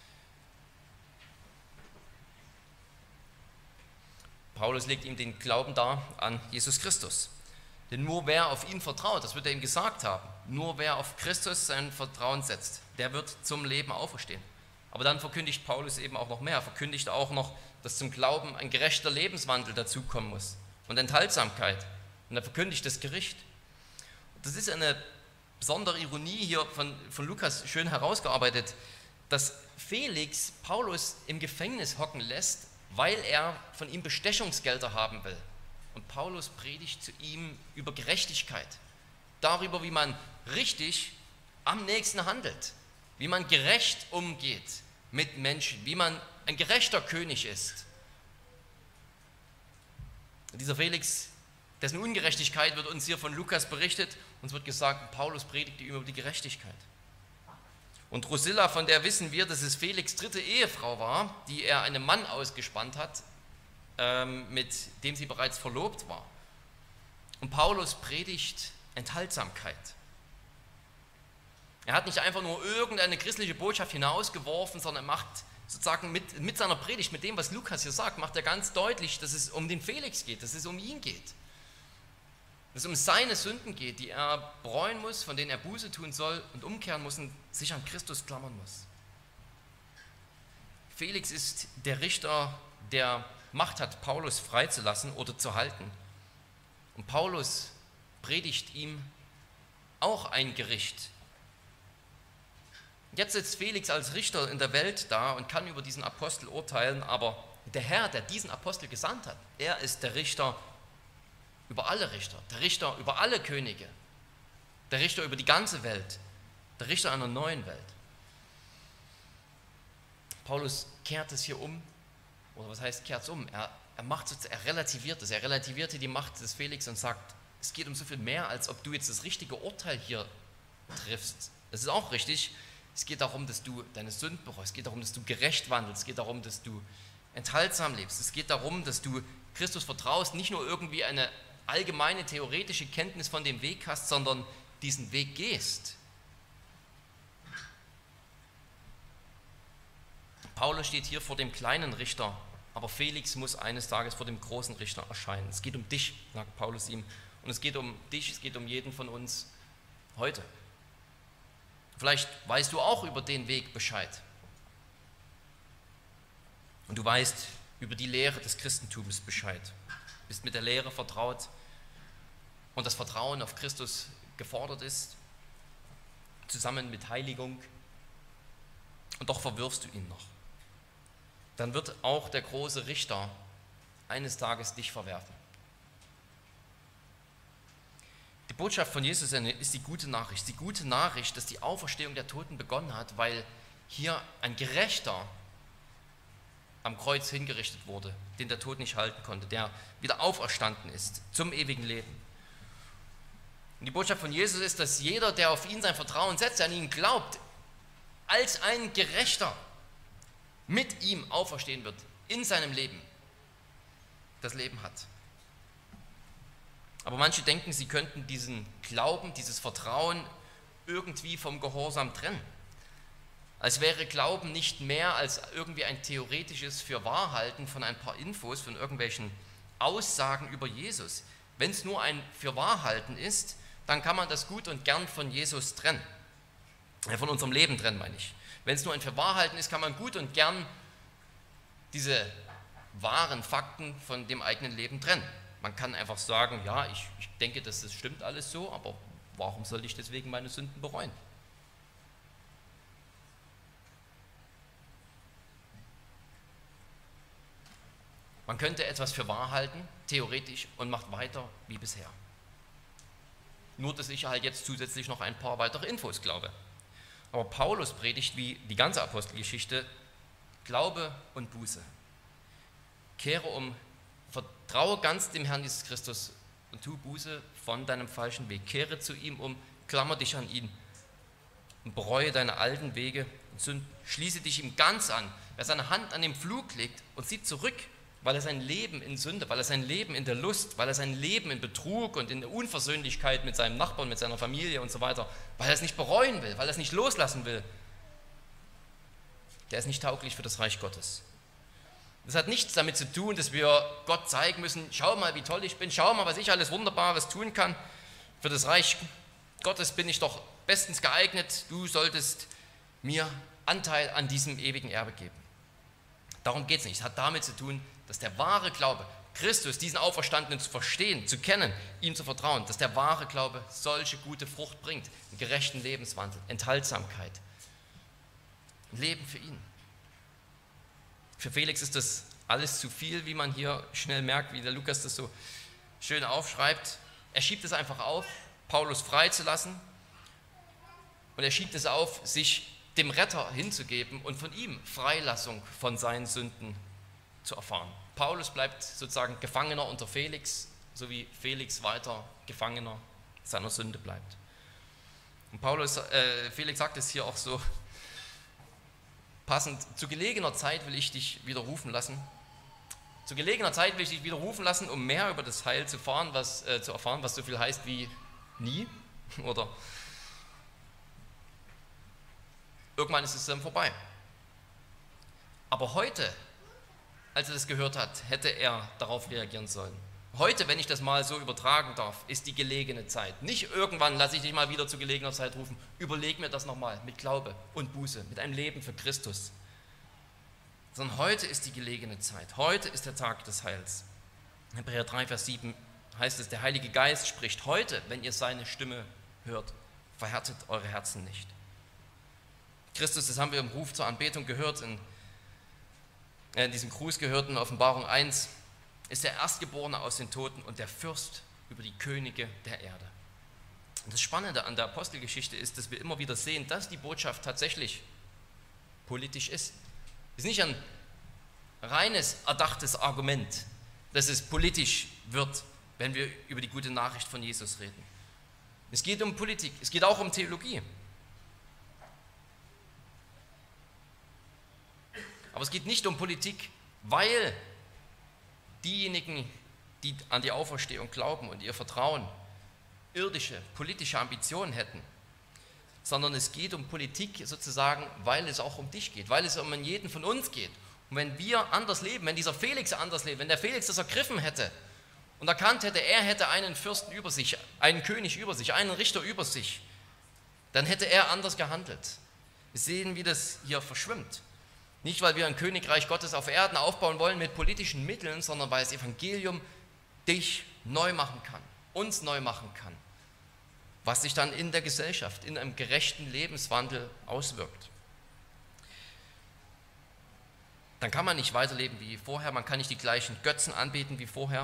Paulus legt ihm den Glauben dar an Jesus Christus. Denn nur wer auf ihn vertraut, das wird er ihm gesagt haben, nur wer auf Christus sein Vertrauen setzt, der wird zum Leben auferstehen. Aber dann verkündigt Paulus eben auch noch mehr, er verkündigt auch noch, dass zum Glauben ein gerechter Lebenswandel dazukommen muss und Enthaltsamkeit. Und er verkündigt das Gericht. Das ist eine besondere Ironie hier von, von Lukas schön herausgearbeitet, dass Felix Paulus im Gefängnis hocken lässt, weil er von ihm Bestechungsgelder haben will. Und Paulus predigt zu ihm über Gerechtigkeit, darüber, wie man richtig am nächsten handelt, wie man gerecht umgeht mit Menschen, wie man ein gerechter König ist. Und dieser Felix, dessen Ungerechtigkeit wird uns hier von Lukas berichtet, uns wird gesagt, Paulus predigte über die Gerechtigkeit. Und Drusilla, von der wissen wir, dass es Felix' dritte Ehefrau war, die er einem Mann ausgespannt hat, ähm, mit dem sie bereits verlobt war. Und Paulus predigt Enthaltsamkeit. Er hat nicht einfach nur irgendeine christliche Botschaft hinausgeworfen, sondern er macht sozusagen mit, mit seiner Predigt, mit dem, was Lukas hier sagt, macht er ganz deutlich, dass es um den Felix geht, dass es um ihn geht. Dass es um seine Sünden geht, die er bereuen muss, von denen er Buße tun soll und umkehren muss und sich an Christus klammern muss. Felix ist der Richter, der Macht hat, Paulus freizulassen oder zu halten. Und Paulus predigt ihm auch ein Gericht. Jetzt sitzt Felix als Richter in der Welt da und kann über diesen Apostel urteilen, aber der Herr, der diesen Apostel gesandt hat, er ist der Richter über alle Richter, der Richter über alle Könige, der Richter über die ganze Welt, der Richter einer neuen Welt. Paulus kehrt es hier um, oder was heißt kehrt es um? Er, er, macht es, er relativiert es, er relativierte die Macht des Felix und sagt, es geht um so viel mehr, als ob du jetzt das richtige Urteil hier triffst. Das ist auch richtig, es geht darum, dass du deine Sünden bereust, es geht darum, dass du gerecht wandelst, es geht darum, dass du enthaltsam lebst, es geht darum, dass du Christus vertraust, nicht nur irgendwie eine allgemeine theoretische Kenntnis von dem Weg hast, sondern diesen Weg gehst. Paulus steht hier vor dem kleinen Richter, aber Felix muss eines Tages vor dem großen Richter erscheinen. Es geht um dich, sagt Paulus ihm, und es geht um dich, es geht um jeden von uns heute. Vielleicht weißt du auch über den Weg Bescheid. Und du weißt über die Lehre des Christentums Bescheid. Bist mit der Lehre vertraut und das Vertrauen auf Christus gefordert ist, zusammen mit Heiligung, und doch verwirfst du ihn noch. Dann wird auch der große Richter eines Tages dich verwerfen. Die Botschaft von Jesus ist die gute Nachricht. Die gute Nachricht, dass die Auferstehung der Toten begonnen hat, weil hier ein Gerechter am Kreuz hingerichtet wurde, den der Tod nicht halten konnte, der wieder auferstanden ist zum ewigen Leben. Und die Botschaft von Jesus ist, dass jeder, der auf ihn sein Vertrauen setzt, der an ihn glaubt, als ein Gerechter mit ihm auferstehen wird, in seinem Leben das Leben hat. Aber manche denken, sie könnten diesen Glauben, dieses Vertrauen irgendwie vom Gehorsam trennen. Als wäre Glauben nicht mehr als irgendwie ein theoretisches Fürwahrhalten von ein paar Infos, von irgendwelchen Aussagen über Jesus. Wenn es nur ein Fürwahrhalten ist, dann kann man das gut und gern von Jesus trennen. Von unserem Leben trennen, meine ich. Wenn es nur ein Fürwahrhalten ist, kann man gut und gern diese wahren Fakten von dem eigenen Leben trennen. Man kann einfach sagen, ja, ich, ich denke, dass das stimmt alles so, aber warum soll ich deswegen meine Sünden bereuen? Man könnte etwas für wahr halten, theoretisch, und macht weiter wie bisher. Nur, dass ich halt jetzt zusätzlich noch ein paar weitere Infos glaube. Aber Paulus predigt, wie die ganze Apostelgeschichte, Glaube und Buße. Kehre um, vertraue ganz dem Herrn Jesus Christus und tu Buße von deinem falschen Weg. Kehre zu ihm um, klammer dich an ihn und bereue deine alten Wege und Sünden. Schließe dich ihm ganz an. Wer seine Hand an den Pflug legt und sieht zurück, weil er sein Leben in Sünde, weil er sein Leben in der Lust, weil er sein Leben in Betrug und in der Unversöhnlichkeit mit seinem Nachbarn, mit seiner Familie und so weiter, weil er es nicht bereuen will, weil er es nicht loslassen will, der ist nicht tauglich für das Reich Gottes. Das hat nichts damit zu tun, dass wir Gott zeigen müssen, schau mal, wie toll ich bin, schau mal, was ich alles Wunderbares tun kann. Für das Reich Gottes bin ich doch bestens geeignet, du solltest mir Anteil an diesem ewigen Erbe geben. Darum geht es nicht. Es hat damit zu tun, dass der wahre Glaube, Christus, diesen Auferstandenen zu verstehen, zu kennen, ihm zu vertrauen, dass der wahre Glaube solche gute Frucht bringt, einen gerechten Lebenswandel, Enthaltsamkeit, ein Leben für ihn. Für Felix ist das alles zu viel, wie man hier schnell merkt, wie der Lukas das so schön aufschreibt. Er schiebt es einfach auf, Paulus freizulassen, und er schiebt es auf, sich dem Retter hinzugeben und von ihm Freilassung von seinen Sünden zu erfahren. Paulus bleibt sozusagen Gefangener unter Felix, so wie Felix weiter Gefangener seiner Sünde bleibt. Und Paulus, äh, Felix sagt es hier auch so passend, zu gelegener Zeit will ich dich wieder rufen lassen. Zu gelegener Zeit will ich dich wieder rufen lassen, um mehr über das Heil zu erfahren, was, äh, zu erfahren, was so viel heißt wie nie. Oder irgendwann ist es dann vorbei. Aber heute, als er das gehört hat, hätte er darauf reagieren sollen. Heute, wenn ich das mal so übertragen darf, ist die gelegene Zeit. Nicht irgendwann lasse ich dich mal wieder zu gelegener Zeit rufen. Überleg mir das nochmal mit Glaube und Buße, mit einem Leben für Christus. Sondern heute ist die gelegene Zeit. Heute ist der Tag des Heils. In Hebräer drei, Vers sieben heißt es, der Heilige Geist spricht heute, wenn ihr seine Stimme hört, verhärtet eure Herzen nicht. Christus, das haben wir im Ruf zur Anbetung gehört, in, äh, in diesem Gruß gehört in Offenbarung eins, ist der Erstgeborene aus den Toten und der Fürst über die Könige der Erde. Und das Spannende an der Apostelgeschichte ist, dass wir immer wieder sehen, dass die Botschaft tatsächlich politisch ist. Es ist nicht ein reines, erdachtes Argument, dass es politisch wird, wenn wir über die gute Nachricht von Jesus reden. Es geht um Politik, es geht auch um Theologie. Aber es geht nicht um Politik, weil diejenigen, die an die Auferstehung glauben und ihr Vertrauen irdische, politische Ambitionen hätten, sondern es geht um Politik sozusagen, weil es auch um dich geht, weil es um jeden von uns geht. Und wenn wir anders leben, wenn dieser Felix anders lebt, wenn der Felix das ergriffen hätte und erkannt hätte, er hätte einen Fürsten über sich, einen König über sich, einen Richter über sich, dann hätte er anders gehandelt. Wir sehen, wie das hier verschwimmt. Nicht, weil wir ein Königreich Gottes auf Erden aufbauen wollen mit politischen Mitteln, sondern weil das Evangelium dich neu machen kann, uns neu machen kann, was sich dann in der Gesellschaft, in einem gerechten Lebenswandel auswirkt. Dann kann man nicht weiterleben wie vorher, man kann nicht die gleichen Götzen anbeten wie vorher,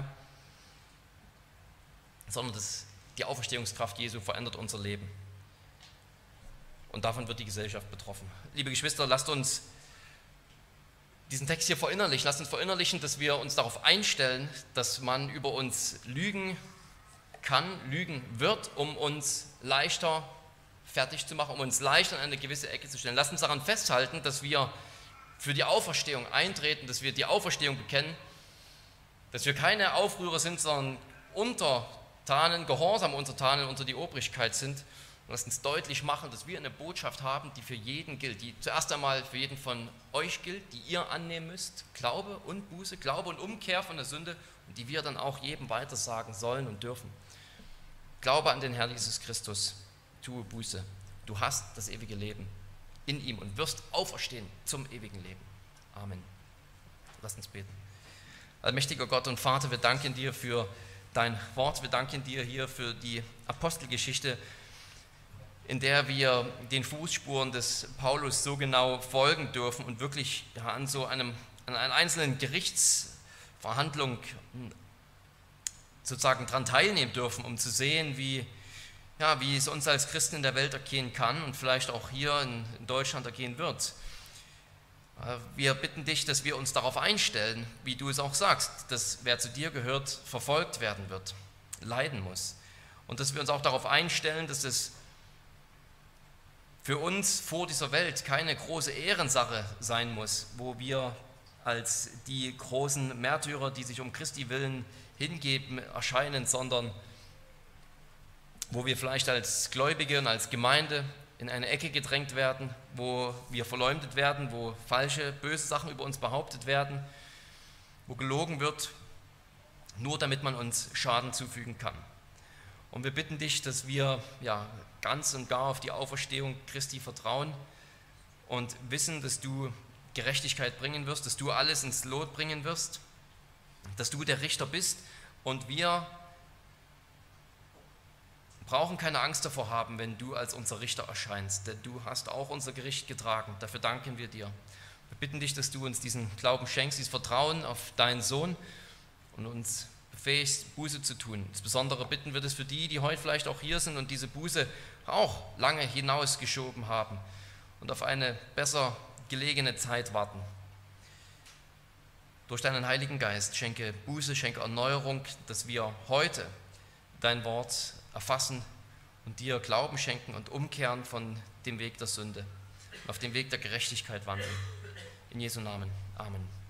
sondern das, die Auferstehungskraft Jesu verändert unser Leben. Und davon wird die Gesellschaft betroffen. Liebe Geschwister, lasst uns diesen Text hier verinnerlichen, lasst uns verinnerlichen, dass wir uns darauf einstellen, dass man über uns lügen kann, lügen wird, um uns leichter fertig zu machen, um uns leichter in eine gewisse Ecke zu stellen. Lasst uns daran festhalten, dass wir für die Auferstehung eintreten, dass wir die Auferstehung bekennen, dass wir keine Aufrührer sind, sondern Untertanen, gehorsame Untertanen unter die Obrigkeit sind. Und lasst uns deutlich machen, dass wir eine Botschaft haben, die für jeden gilt, die zuerst einmal für jeden von euch gilt, die ihr annehmen müsst, Glaube und Buße, Glaube und Umkehr von der Sünde und die wir dann auch jedem weitersagen sollen und dürfen. Glaube an den Herrn Jesus Christus, tue Buße, du hast das ewige Leben in ihm und wirst auferstehen zum ewigen Leben. Amen. Lasst uns beten. Allmächtiger Gott und Vater, wir danken dir für dein Wort, wir danken dir hier für die Apostelgeschichte, in der wir den Fußspuren des Paulus so genau folgen dürfen und wirklich ja, an so einem, an einer einzelnen Gerichtsverhandlung sozusagen daran teilnehmen dürfen, um zu sehen, wie, ja, wie es uns als Christen in der Welt ergehen kann und vielleicht auch hier in, in Deutschland ergehen wird. Wir bitten dich, dass wir uns darauf einstellen, wie du es auch sagst, dass wer zu dir gehört, verfolgt werden wird, leiden muss. Und dass wir uns auch darauf einstellen, dass es für uns vor dieser Welt keine große Ehrensache sein muss, wo wir als die großen Märtyrer, die sich um Christi willen hingeben, erscheinen, sondern wo wir vielleicht als Gläubige und als Gemeinde in eine Ecke gedrängt werden, wo wir verleumdet werden, wo falsche, böse Sachen über uns behauptet werden, wo gelogen wird, nur damit man uns Schaden zufügen kann. Und wir bitten dich, dass wir ja, ganz und gar auf die Auferstehung Christi vertrauen und wissen, dass du Gerechtigkeit bringen wirst, dass du alles ins Lot bringen wirst, dass du der Richter bist und wir brauchen keine Angst davor haben, wenn du als unser Richter erscheinst, denn du hast auch unser Gericht getragen. Dafür danken wir dir. Wir bitten dich, dass du uns diesen Glauben schenkst, dieses Vertrauen auf deinen Sohn und uns befähigst, Buße zu tun. Insbesondere bitten wir das für die, die heute vielleicht auch hier sind und diese Buße auch lange hinausgeschoben haben und auf eine besser gelegene Zeit warten. Durch deinen Heiligen Geist schenke Buße, schenke Erneuerung, dass wir heute dein Wort erfassen und dir Glauben schenken und umkehren von dem Weg der Sünde. Und auf dem Weg der Gerechtigkeit wandeln. In Jesu Namen. Amen.